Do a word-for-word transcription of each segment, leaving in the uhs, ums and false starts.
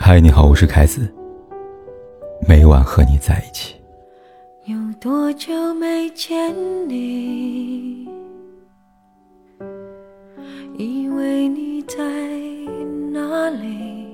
嗨，你好，我是凯子，每晚和你在一起。 有多久没见你，以为你在哪里，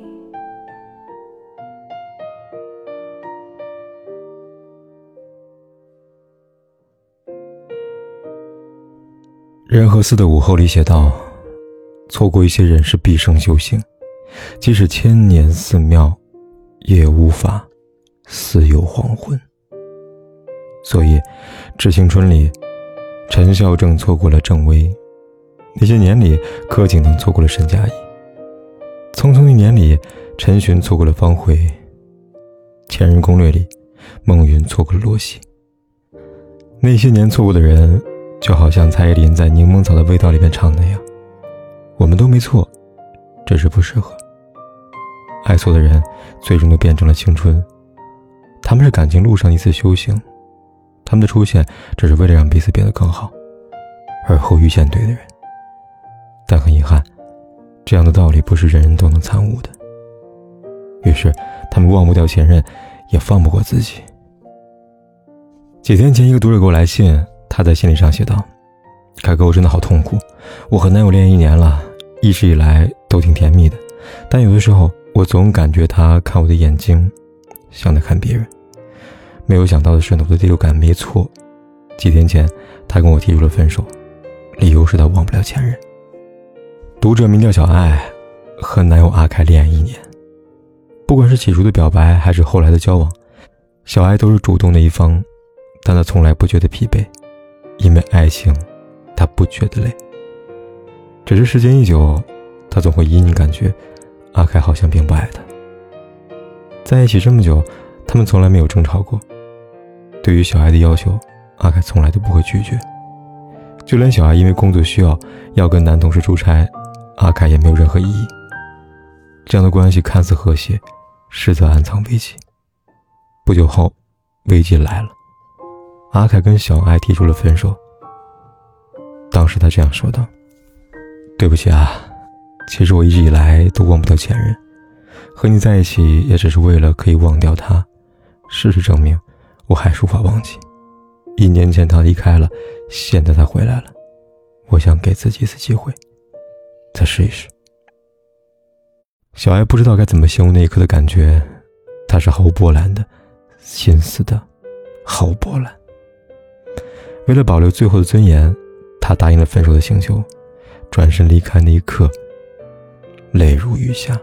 任和四的午后里写道，错过一些人是毕生修行，即使千年寺庙也无法似有黄昏。所以致青春里，陈孝正错过了郑微，那些年里柯景腾错过了沈佳宜，匆匆一年里陈寻错过了方茴，前任攻略里孟云错过了罗西。那些年错过的人，就好像蔡依林在柠檬草的味道里面唱那样，我们都没错，只是不适合。爱错的人最终都变成了青春，他们是感情路上的一次修行，他们的出现只是为了让彼此变得更好，而后遇见对的人。但很遗憾，这样的道理不是人人都能参悟的。于是他们忘不掉前任，也放不过自己。几天前，一个读者给我来信，他在信里上写道，凯哥，我真的好痛苦，我和男友恋爱一年了，一直以来都挺甜蜜的，但有的时候我总感觉他看我的眼睛像在看别人。没有想到的是，我的第六感没错，几天前他跟我提出了分手，理由是他忘不了前任。读者名叫小爱，和男友阿凯恋爱一年，不管是起初的表白还是后来的交往，小爱都是主动的一方，但他从来不觉得疲惫，因为爱情他不觉得累。只是时间一久，他总会隐隐感觉阿凯好像并不爱他。在一起这么久，他们从来没有争吵过，对于小爱的要求，阿凯从来都不会拒绝。就连小爱因为工作需要要跟男同事出差，阿凯也没有任何异议。这样的关系看似和谐，实则暗藏危机。不久后，危机来了，阿凯跟小爱提出了分手。当时他这样说道，对不起啊，其实我一直以来都忘不掉前任，和你在一起也只是为了可以忘掉他，事实证明我还是无法忘记。一年前他离开了，现在他回来了，我想给自己一次机会，再试一试。小爱不知道该怎么形容那一刻的感觉，他是毫无波澜的，心思的毫无波澜。为了保留最后的尊严，他答应了分手的请求，转身离开那一刻，泪如雨下。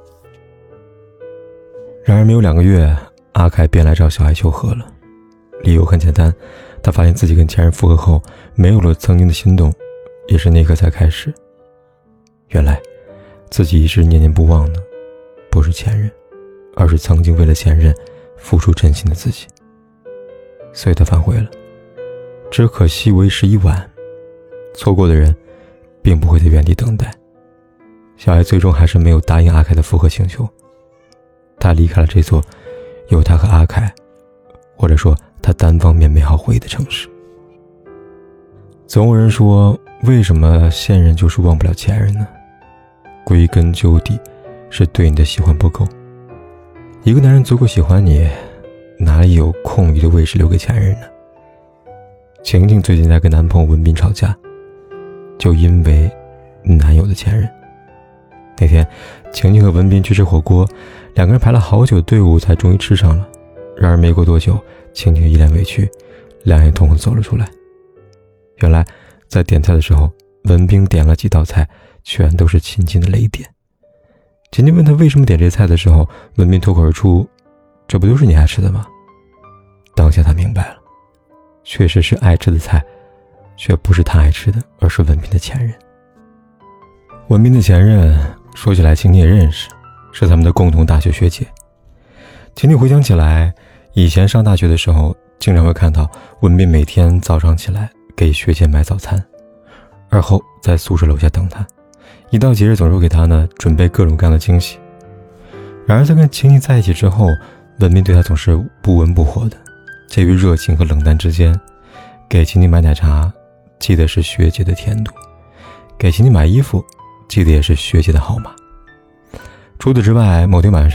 然而没有两个月，阿凯便来找小爱求和了。理由很简单，他发现自己跟前任复合后没有了曾经的心动，也是那刻才开始。原来自己一直念念不忘的不是前任，而是曾经为了前任付出真心的自己。所以他反悔了，只可惜为时已晚，错过的人并不会在原地等待。小爱最终还是没有答应阿凯的复合请求，他离开了这座有他和阿凯，或者说他单方面美好回忆的城市。总有人说，为什么现任就是忘不了前任呢？归根究底是对你的喜欢不够。一个男人足够喜欢你，哪里有空余的位置留给前任呢？晴晴最近在跟男朋友文斌吵架，就因为男友的前任。那天晴晴和文斌去吃火锅，两个人排了好久的队伍才终于吃上了。然而没过多久，晴晴一脸委屈，两眼通红走了出来。原来在点菜的时候，文斌点了几道菜，全都是晴晴的雷点。晴晴问他为什么点这菜的时候，文斌脱口而出，这不都是你爱吃的吗？当下他明白了，确实是爱吃的菜，却不是他爱吃的，而是文斌的前任。文斌的前任说起来晴晴也认识，是他们的共同大学学姐。晴晴回想起来，以前上大学的时候，经常会看到文斌每天早上起来给学姐买早餐，而后在宿舍楼下等她，一到节日总是给她呢准备各种各样的惊喜。然而在跟晴晴在一起之后，文斌对她总是不温不火的，介于热情和冷淡之间。给晴晴买奶茶，记得是学姐的甜度；给晴晴买衣服，记得也是学姐的号码。除此之外，某天晚上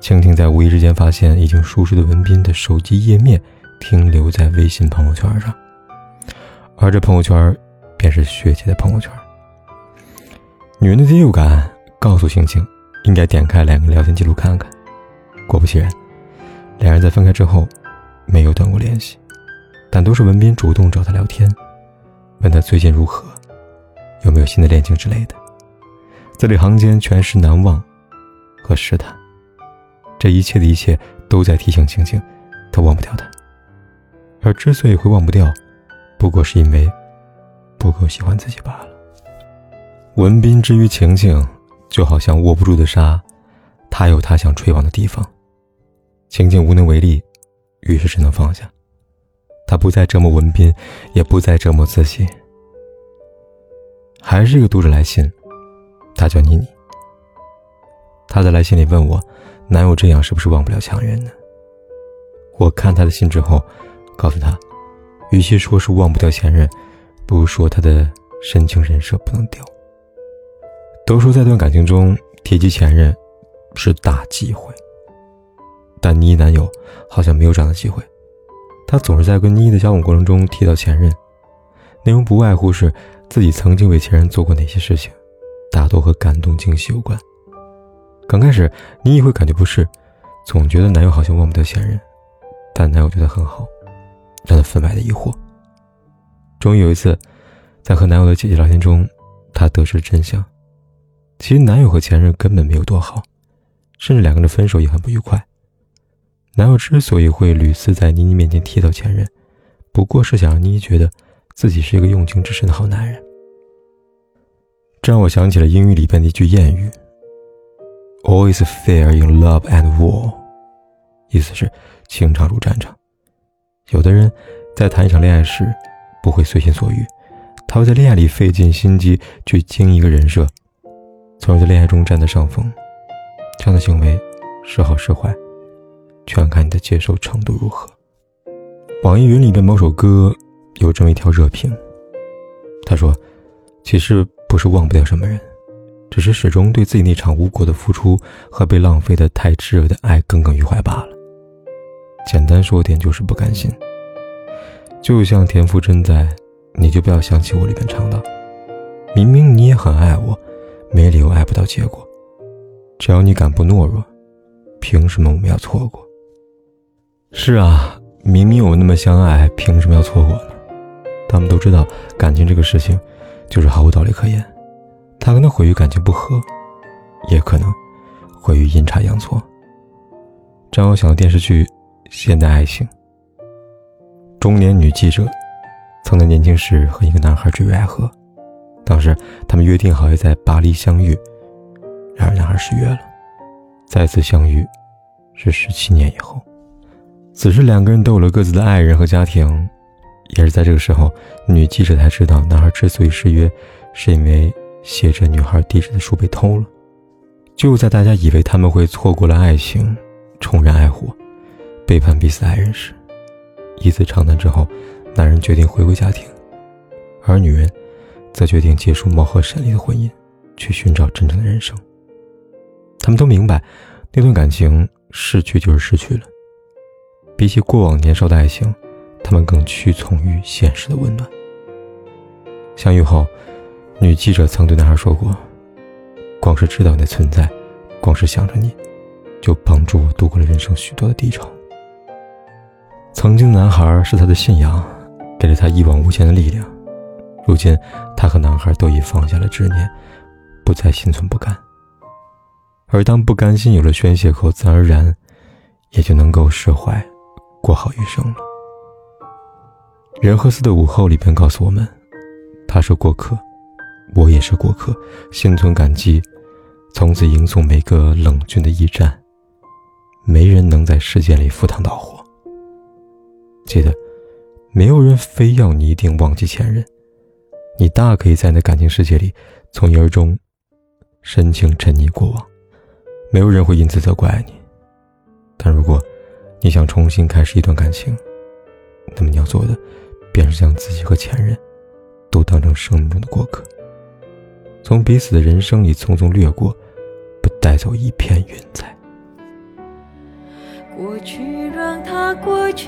晴晴在无意之间发现已经熟识的文斌的手机页面停留在微信朋友圈上，而这朋友圈便是学姐的朋友圈。女人的第六感告诉晴晴应该点开两个聊天记录看看，果不其然，两人在分开之后没有断过联系，但都是文斌主动找她聊天，问她最近如何，有没有新的恋情之类的，字里行间全是难忘和试探。这一切的一切都在提醒晴晴她忘不掉他，而之所以会忘不掉，不过是因为不够喜欢自己罢了。文斌之于晴晴就好像握不住的沙，他有他想追往的地方，晴晴无能为力，于是只能放下。他不再折磨文斌，也不再折磨自己。还是一个读者来信，他叫妮妮。他在来信里问我，男友这样是不是忘不了强人呢？我看他的信之后告诉他，与其说是忘不掉前任，不如说他的深情人设不能掉。都说在段感情中提及前任是大忌讳，但妮男友好像没有这样的机会。他总是在跟妮的交往过程中提到前任，内容不外乎是自己曾经为前任做过哪些事情，大多和感动惊喜有关。刚开始妮会感觉不适，总觉得男友好像忘不掉前任，但男友对她很好，让她分外的疑惑。终于有一次，在和男友的姐姐聊天中，她得知真相。其实男友和前任根本没有多好，甚至两个人分手也很不愉快。男友之所以会屡次在妮妮面前提到前任，不过是想让妮妮觉得自己是一个用情至深的好男人。这让我想起了英语里边的一句谚语， Always fair in love and war， 意思是情场如战场。有的人在谈一场恋爱时不会随心所欲，他会在恋爱里费尽心机去经营一个人设，从而在恋爱中占得上风。这样的行为是好是坏，全看你的接受程度如何。网易云里边某首歌有这么一条热评，他说，其实不是忘不掉什么人，只是始终对自己那场无果的付出和被浪费的太炽热的爱耿耿于怀罢了。简单说点就是不甘心。就像田馥甄在《你就不要想起我》里边唱到，明明你也很爱我，没理由爱不到结果，只要你敢不懦弱，凭什么我们要错过？是啊，明明我们那么相爱，凭什么要错过呢？他们都知道感情这个事情就是毫无道理可言，它可能毁于感情不和，也可能毁于阴差阳错。张友想的电视剧《现代爱情》，中年女记者曾在年轻时和一个男孩坠入爱河，当时他们约定好要在巴黎相遇，然而男孩失约了，再次相遇是十七年以后。此时两个人都有了各自的爱人和家庭，也是在这个时候，女记者才知道男孩之所以失约，是因为写着女孩地址的书被偷了。就在大家以为他们会错过了爱情，重燃爱火，背叛彼此的爱人时，一次长谈之后，男人决定回归家庭，而女人则决定结束貌合神离的婚姻，去寻找真正的人生。他们都明白，那段感情失去就是失去了，比起过往年少的爱情，他们更屈从于现实的温暖。相遇后，女记者曾对男孩说过，光是知道你的存在，光是想着你，就帮助我度过了人生许多的低潮。曾经的男孩是他的信仰，给了他一往无前的力量。如今他和男孩都已放下了执念，不再心存不甘。而当不甘心有了宣泄口，自然而然也就能够释怀，过好余生了。任赫斯的午后里边告诉我们，他是过客，我也是过客，心存感激，从此迎送每个冷峻的驿站，没人能在世界里赴汤蹈火。记得，没有人非要你一定忘记前任，你大可以在你的感情世界里从一而终，深情沉溺过往，没有人会因此责怪你。但如果你想重新开始一段感情，那么你要做的便是将自己和前任都当成生命中的过客，从彼此的人生里匆匆掠过，不带走一片云彩。 过去让它过去，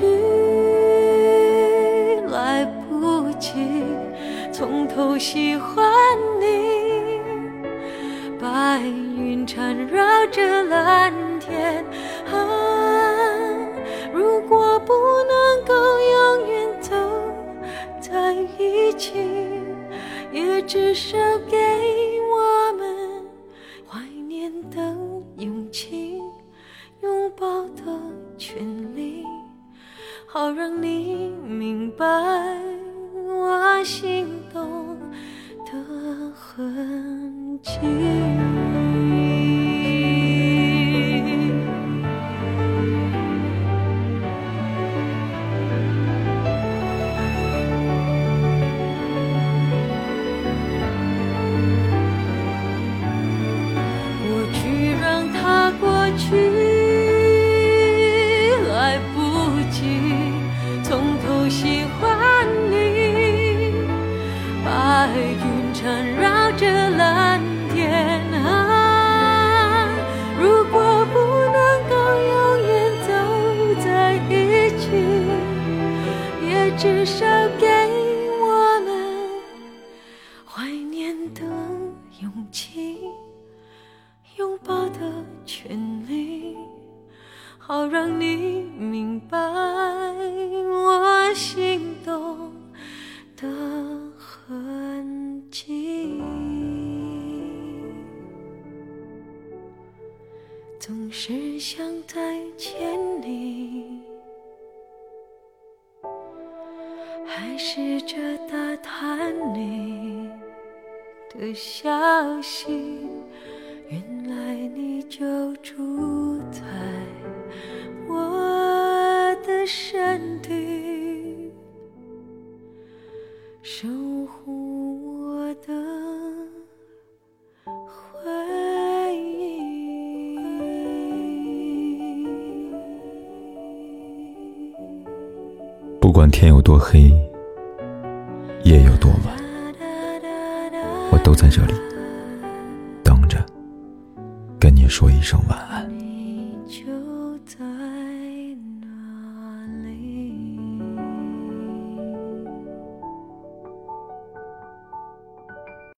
来不及从头喜欢你。白云缠绕着蓝天，啊，如果不能够永远走在一起，也至少给我们怀念的勇气，拥抱的权利，好让你明白我心动的痕迹。过去让它过去，来不及从头喜欢你。白云缠绕着蓝天，啊，如果不能够永远走在一起，也至少给我们怀念的勇气，拥抱的权利，好让你明白我心动的痕迹。总是想再见你，还试着打探你的消息，原来你就住在我的身体，守护我的回忆。 不管天有多黑，夜有多晚，我都在这里等着跟你说一声晚安。